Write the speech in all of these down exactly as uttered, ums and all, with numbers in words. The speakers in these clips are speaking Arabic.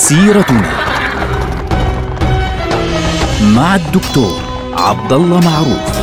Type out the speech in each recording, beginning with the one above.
سيرتنا مع الدكتور عبد الله معروف.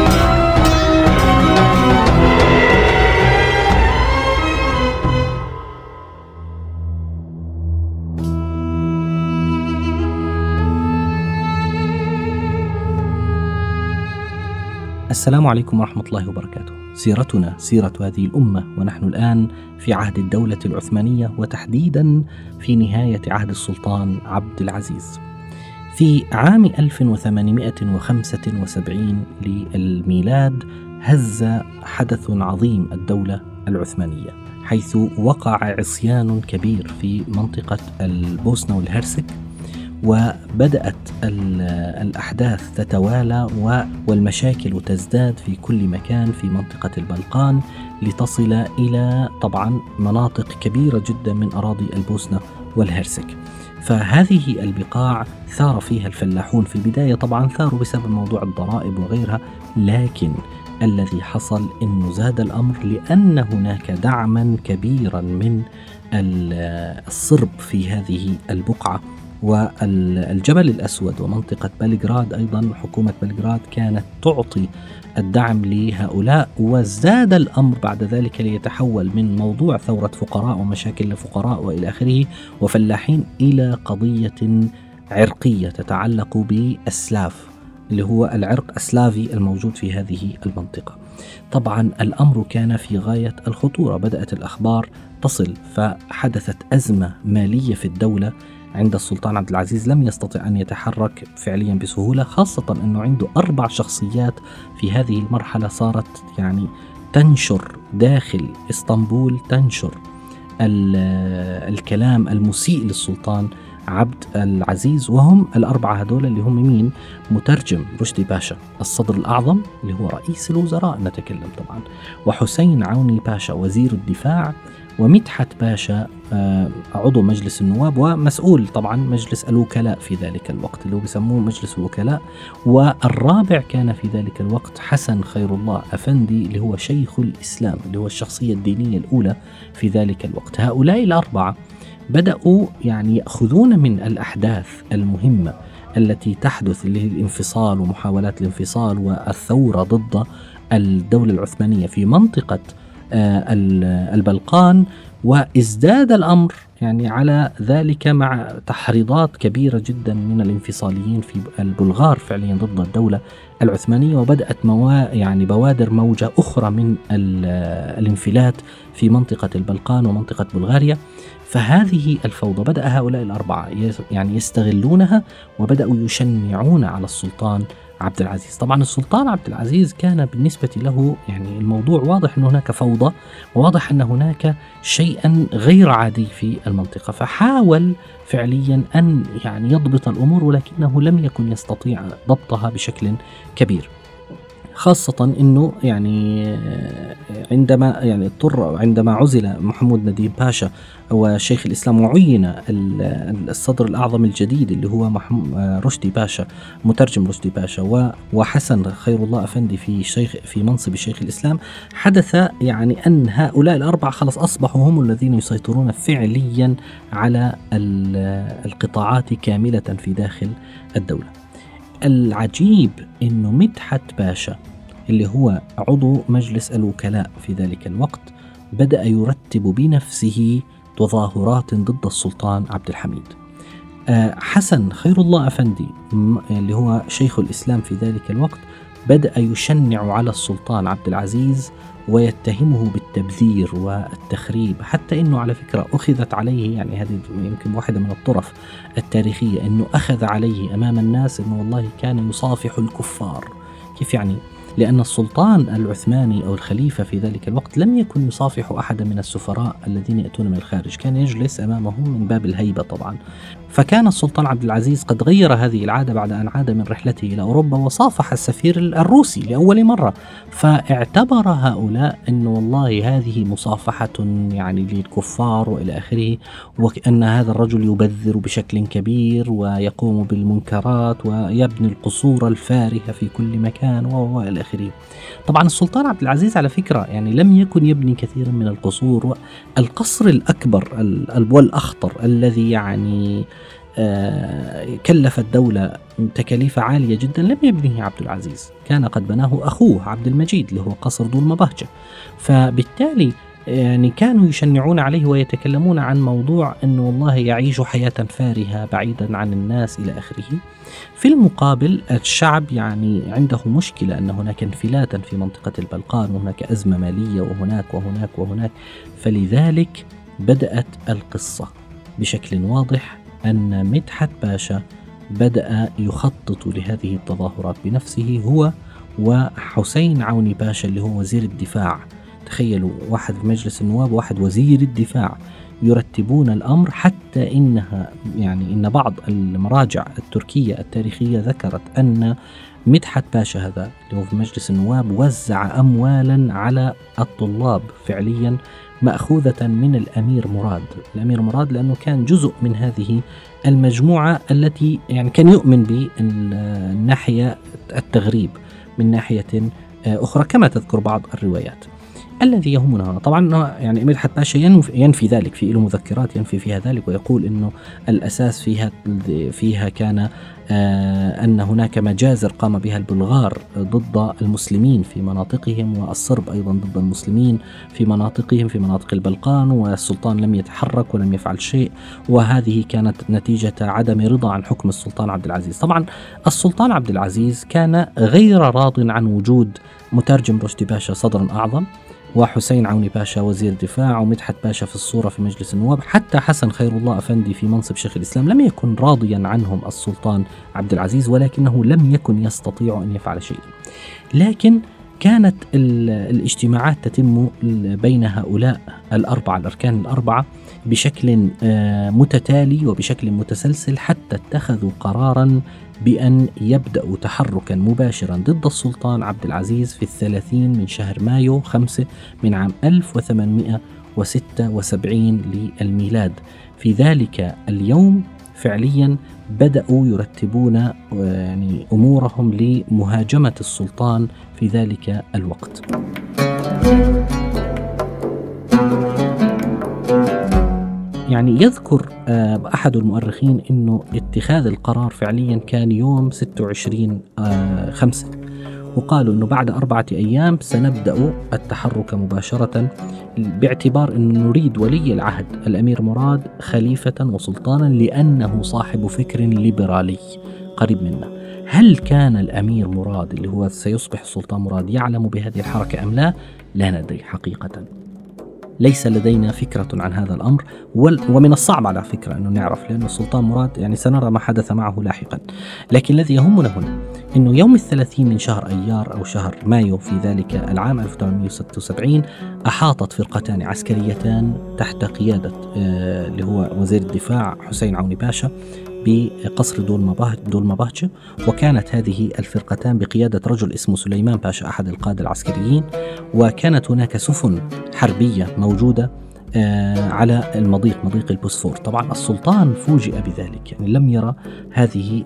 السلام عليكم ورحمة الله وبركاته. سيرتنا سيرة هذه الأمة، ونحن الآن في عهد الدولة العثمانية، وتحديدا في نهاية عهد السلطان عبد العزيز. في عام ألف وثمانمائة وخمسة وسبعين للميلاد هز حدث عظيم الدولة العثمانية، حيث وقع عصيان كبير في منطقة البوسنة والهرسك، وبدأت الأحداث تتوالى والمشاكل تزداد في كل مكان في منطقة البلقان، لتصل إلى طبعا مناطق كبيرة جدا من أراضي البوسنة والهرسك. فهذه البقاع ثار فيها الفلاحون في البداية، طبعا ثاروا بسبب موضوع الضرائب وغيرها، لكن الذي حصل أنه زاد الأمر لأن هناك دعما كبيرا من الصرب في هذه البقعة. والجبل الأسود ومنطقة بلغراد أيضا، حكومة بلغراد كانت تعطي الدعم لهؤلاء، وزاد الأمر بعد ذلك ليتحول من موضوع ثورة فقراء ومشاكل لفقراء وإلى آخره وفلاحين إلى قضية عرقية تتعلق بالسلاف، اللي هو العرق السلافي الموجود في هذه المنطقة. طبعا الأمر كان في غاية الخطورة، بدأت الأخبار تصل، فحدثت أزمة مالية في الدولة عند السلطان عبد العزيز، لم يستطع أن يتحرك فعليا بسهولة، خاصة أنه عنده أربع شخصيات في هذه المرحلة صارت يعني تنشر داخل إسطنبول، تنشر الكلام المسيء للسلطان عبد العزيز، وهم الأربعة هذول اللي هم مين؟ مترجم رشدي باشا الصدر الأعظم اللي هو رئيس الوزراء نتكلم طبعا، وحسين عوني باشا وزير الدفاع، ومدحت باشا عضو مجلس النواب ومسؤول طبعا مجلس الوكلاء في ذلك الوقت اللي هو بيسموه مجلس الوكلاء. والرابع كان في ذلك الوقت حسن خير الله أفندي اللي هو شيخ الإسلام، اللي هو الشخصية الدينية الأولى في ذلك الوقت. هؤلاء الأربعة بدأوا يعني يأخذون من الأحداث المهمة التي تحدث، اللي هي الانفصال ومحاولات الانفصال والثورة ضد الدولة العثمانية في منطقة البلقان، وازداد الأمر يعني على ذلك مع تحريضات كبيرة جدا من الانفصاليين في البلغار فعليا ضد الدولة العثمانية، وبدأت موا يعني بوادر موجة أخرى من الانفلات في منطقة البلقان ومنطقة بلغاريا. فهذه الفوضى بدأ هؤلاء الأربعة يعني يستغلونها، وبدأوا يشنعون على السلطان عبد العزيز. طبعا السلطان عبد العزيز كان بالنسبة له يعني الموضوع واضح أن هناك فوضى، وواضح أن هناك شيئا غير عادي في المنطقة، فحاول فعليا أن يعني يضبط الأمور، ولكنه لم يكن يستطيع ضبطها بشكل كبير، خاصة أنه يعني عندما يعني اضطر عندما عزل محمود نديم باشا وشيخ الإسلام، وعين الصدر الأعظم الجديد اللي هو رشدي باشا مترجم رشدي باشا وحسن خير الله أفندي في شيخ في منصب شيخ الإسلام، حدث يعني أن هؤلاء الأربعة خلص أصبحوا هم الذين يسيطرون فعليا على القطاعات كاملة في داخل الدولة. العجيب أنه مدحت باشا اللي هو عضو مجلس الوكلاء في ذلك الوقت بدأ يرتب بنفسه تظاهرات ضد السلطان عبد الحميد. حسن خير الله أفندي اللي هو شيخ الإسلام في ذلك الوقت بدأ يشنع على السلطان عبد العزيز ويتهمه بالتبذير والتخريب، حتى أنه على فكرة أخذت عليه، يعني هذه يمكن واحدة من الطرف التاريخية، أنه أخذ عليه أمام الناس أنه والله كان يصافح الكفار. كيف يعني؟ لأن السلطان العثماني أو الخليفة في ذلك الوقت لم يكن يصافح أحد من السفراء الذين يأتون من الخارج، كان يجلس أمامهم من باب الهيبة طبعا. فكان السلطان عبد العزيز قد غير هذه العادة بعد أن عاد من رحلته إلى أوروبا وصافح السفير الروسي لأول مرة، فاعتبر هؤلاء أن والله هذه مصافحة يعني للكفار وإلى آخره، وأن هذا الرجل يبذر بشكل كبير ويقوم بالمنكرات ويبني القصور الفارهة في كل مكان وإلى إلى آخره. طبعا السلطان عبد العزيز على فكرة يعني لم يكن يبني كثيرا من القصور. القصر الأكبر والأخطر الذي يعني كلف الدولة تكاليف عالية جدا لم يبنيه عبد العزيز، كان قد بناه أخوه عبد المجيد اللي هو قصر دولمة بهجة. فبالتالي يعني كانوا يشنعون عليه ويتكلمون عن موضوع أنه والله يعيش حياة فارهة بعيدا عن الناس إلى آخره. في المقابل الشعب يعني عنده مشكلة أن هناك انفلاتا في منطقة البلقان، وهناك أزمة مالية وهناك وهناك وهناك. فلذلك بدأت القصة بشكل واضح أن مدحت باشا بدأ يخطط لهذه التظاهرات بنفسه هو وحسين عوني باشا اللي هو وزير الدفاع. تخيلوا واحد في مجلس النواب وواحد وزير الدفاع يرتبون الأمر، حتى إنها يعني إن بعض المراجع التركية التاريخية ذكرت أن مدحت باشا هذا اللي هو في مجلس النواب وزع أموالا على الطلاب فعليا مأخوذة من الأمير مراد. الأمير مراد لأنه كان جزء من هذه المجموعة التي يعني كان يؤمن بالناحية التغريب من ناحية أخرى كما تذكر بعض الروايات. الذي يهمنا هنا طبعا يعني مدحت باشا ينفي ذلك، في له مذكرات ينفي فيها ذلك ويقول إنه الأساس فيها فيها كان آه أن هناك مجازر قام بها البلغار ضد المسلمين في مناطقهم، والصرب أيضا ضد المسلمين في مناطقهم في مناطق البلقان، والسلطان لم يتحرك ولم يفعل شيء، وهذه كانت نتيجة عدم رضا عن حكم السلطان عبد العزيز. طبعا السلطان عبد العزيز كان غير راض عن وجود مترجم رشدي باشا صدر أعظم، وحسين عوني باشا وزير دفاع، ومدحت باشا في الصورة في مجلس النواب، حتى حسن خير الله أفندي في منصب شيخ الإسلام لم يكن راضيا عنهم السلطان عبد العزيز، ولكنه لم يكن يستطيع أن يفعل شيئا. لكن كانت الاجتماعات تتم بين هؤلاء الأربعة الأركان الأربعة بشكل متتالي وبشكل متسلسل، حتى اتخذوا قرارا بأن يبدأوا تحركا مباشرا ضد السلطان عبد العزيز في الثلاثين من شهر مايو خمسة من عام ألف وثمانمائة وستة وسبعين للميلاد. في ذلك اليوم فعليا بدأوا يرتبون يعني أمورهم لمهاجمة السلطان في ذلك الوقت. يعني يذكر أحد المؤرخين أنه اتخاذ القرار فعليا كان يوم ستة وعشرين خمسة، وقالوا أنه بعد أربعة أيام سنبدأ التحرك مباشرة، باعتبار أن نريد ولي العهد الأمير مراد خليفة وسلطانا لأنه صاحب فكر ليبرالي قريب منا. هل كان الأمير مراد اللي هو سيصبح السلطان مراد يعلم بهذه الحركة أم لا؟ لا ندري حقيقة، ليس لدينا فكرة عن هذا الأمر، ومن الصعب على فكرة أنه نعرف، لأن السلطان مراد يعني سنرى ما حدث معه لاحقا. لكن الذي يهمنا هنا أنه يوم الثلاثين من شهر أيار أو شهر مايو في ذلك العام ألف وثمانمائة وستة وسبعين أحاطت فرقتان عسكريتان تحت قيادة آه اللي هو وزير الدفاع حسين عوني باشا بقصر دولمة بهجة، وكانت هذه الفرقتان بقيادة رجل اسمه سليمان باشا أحد القادة العسكريين، وكانت هناك سفن حربية موجودة على المضيق مضيق البوسفور. طبعا السلطان فوجئ بذلك، يعني لم يرى هذه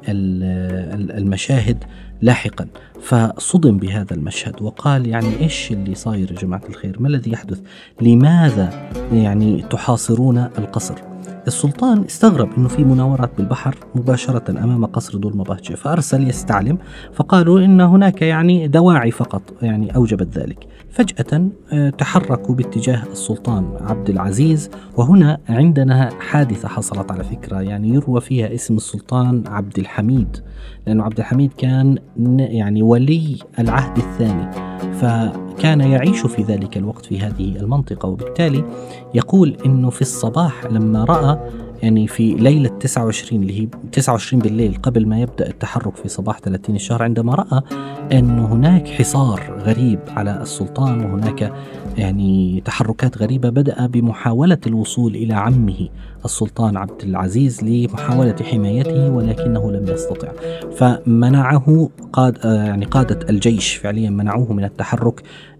المشاهد لاحقا، فصدم بهذا المشهد وقال يعني إيش اللي صاير يا جماعة الخير؟ ما الذي يحدث؟ لماذا يعني تحاصرون القصر؟ السلطان استغرب أنه في مناورات بالبحر مباشرة أمام قصر دولمة بهجة، فأرسل يستعلم، فقالوا إن هناك يعني دواعي فقط يعني أوجبت ذلك. فجأة تحركوا باتجاه السلطان عبد العزيز، وهنا عندنا حادثة حصلت على فكرة يعني يروى فيها اسم السلطان عبد الحميد، لأنه عبد الحميد كان يعني ولي العهد الثاني، فكان يعيش في ذلك الوقت في هذه المنطقة، وبالتالي يقول إنه في الصباح لما رأى يعني في ليلة تسعة وعشرين اللي هي تسعة وعشرين بالليل قبل ما يبدأ التحرك في صباح ثلاثين الشهر، عندما رأى أن هناك حصار غريب على السلطان وهناك يعني تحركات غريبة، بدأ بمحاولة الوصول إلى عمه السلطان عبد العزيز لمحاولة حمايته، ولكنه لم يستطع، فمنعه قاد يعني قادة الجيش فعليا منعوه من التحرك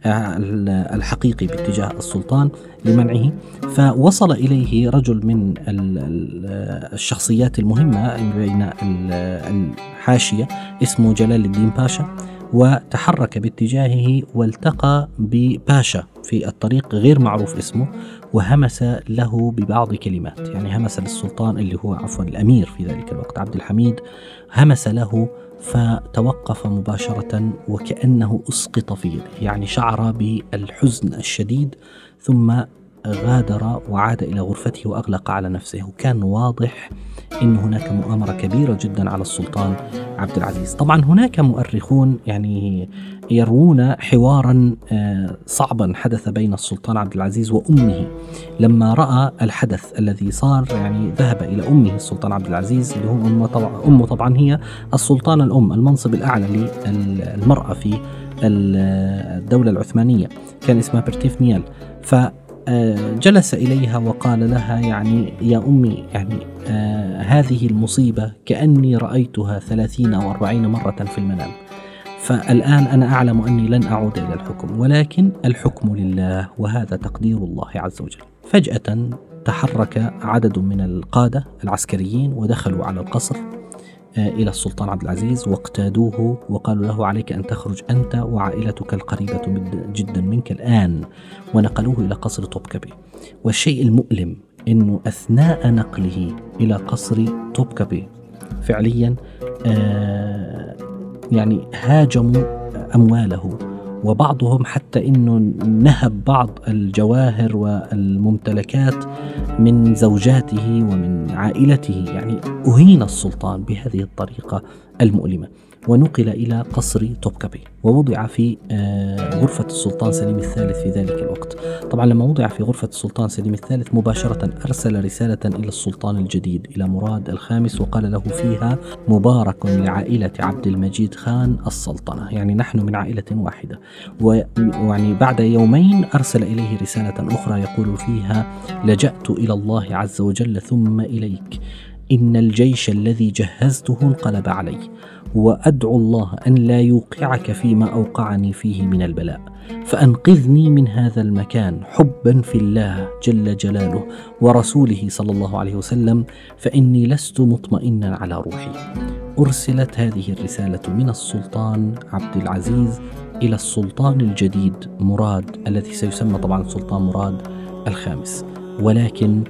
الحقيقي باتجاه السلطان لمنعه. فوصل إليه رجل من الشخصيات المهمة بين الحاشية اسمه جلال الدين باشا، وتحرك باتجاهه والتقى بباشا في الطريق غير معروف اسمه، وهمس له ببعض كلمات، يعني همس للسلطان اللي هو عفوا الأمير في ذلك الوقت عبد الحميد، همس له فتوقف مباشرة وكأنه أسقط في يده، يعني شعر بالحزن الشديد، ثم غادر وعاد إلى غرفته وأغلق على نفسه. وكان واضح أن هناك مؤامرة كبيرة جدا على السلطان عبد العزيز. طبعا هناك مؤرخون يعني يروون حوارا صعبا حدث بين السلطان عبد العزيز وأمه لما رأى الحدث الذي صار، يعني ذهب إلى أمه السلطان عبد العزيز اللي هو أمه طبعا, أمه طبعا هي السلطانة الأم، المنصب الأعلى للمرأة في الدولة العثمانية، كان اسمها برتيف نيال. ف جلس إليها وقال لها يعني يا أمي، يعني آه هذه المصيبة كأني رأيتها ثلاثين أو أربعين مرة في المنام، فالآن أنا أعلم أني لن أعود إلى الحكم، ولكن الحكم لله وهذا تقدير الله عز وجل. فجأة تحرك عدد من القادة العسكريين ودخلوا على القصر إلى السلطان عبد العزيز واقتادوه وقالوا له عليك أن تخرج أنت وعائلتك القريبة جدا منك الآن، ونقلوه إلى قصر طوبكابي. والشيء المؤلم أنه أثناء نقله إلى قصر طوبكابي فعليا آه يعني هاجموا أمواله، وبعضهم حتى أنه نهب بعض الجواهر والممتلكات من زوجاته ومن عائلته، يعني أهين السلطان بهذه الطريقة المؤلمة، ونقل إلى قصر طوبكابي ووضع في غرفة السلطان سليم الثالث في ذلك الوقت. طبعا لما وضع في غرفة السلطان سليم الثالث مباشرة أرسل رسالة إلى السلطان الجديد إلى مراد الخامس وقال له فيها مبارك لعائلة عبد المجيد خان السلطنة، يعني نحن من عائلة واحدة. ويعني بعد يومين أرسل إليه رسالة أخرى يقول فيها لجأت إلى الله عز وجل ثم إليك، إن الجيش الذي جهزته انقلب علي، وأدعو الله أن لا يوقعك فيما أوقعني فيه من البلاء، فأنقذني من هذا المكان حبا في الله جل جلاله ورسوله صلى الله عليه وسلم، فإني لست مطمئنا على روحي. أرسلت هذه الرسالة من السلطان عبد العزيز إلى السلطان الجديد مراد الذي سيسمى طبعا السلطان مراد الخامس، ولكن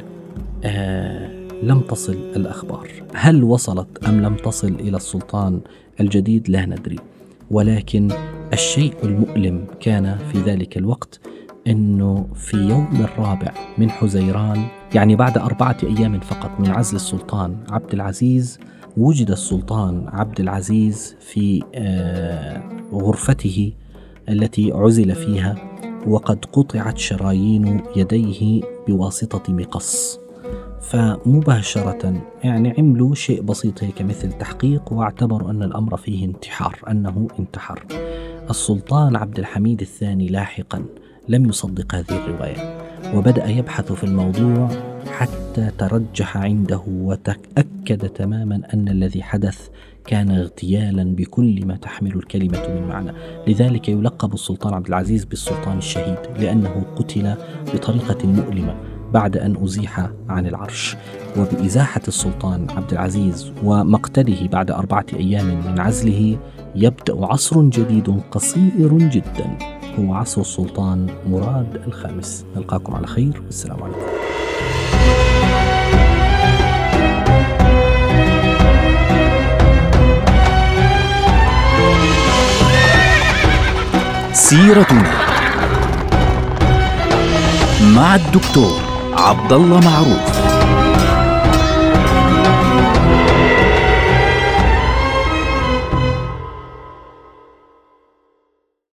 آه لم تصل الأخبار. هل وصلت أم لم تصل إلى السلطان الجديد لا ندري، ولكن الشيء المؤلم كان في ذلك الوقت أنه في يوم الرابع من حزيران، يعني بعد أربعة أيام فقط من عزل السلطان عبد العزيز، وجد السلطان عبد العزيز في غرفته التي عزل فيها وقد قطعت شرايين يديه بواسطة مقص. فمباشرة يعني عملوا شيء بسيط هيك مثل تحقيق، واعتبروا أن الأمر فيه انتحار، أنه انتحر. السلطان عبد الحميد الثاني لاحقا لم يصدق هذه الرواية، وبدأ يبحث في الموضوع حتى ترجح عنده وتأكد تماما أن الذي حدث كان اغتيالا بكل ما تحمل الكلمة من معنى. لذلك يلقب السلطان عبد العزيز بالسلطان الشهيد، لأنه قتل بطريقة مؤلمة بعد أن أزيح عن العرش. وبإزاحة السلطان عبد العزيز ومقتله بعد أربعة أيام من عزله يبدأ عصر جديد قصير جدا، هو عصر السلطان مراد الخامس. نلقاكم على خير، والسلام عليكم. سيرتنا مع الدكتور عبد الله معروف.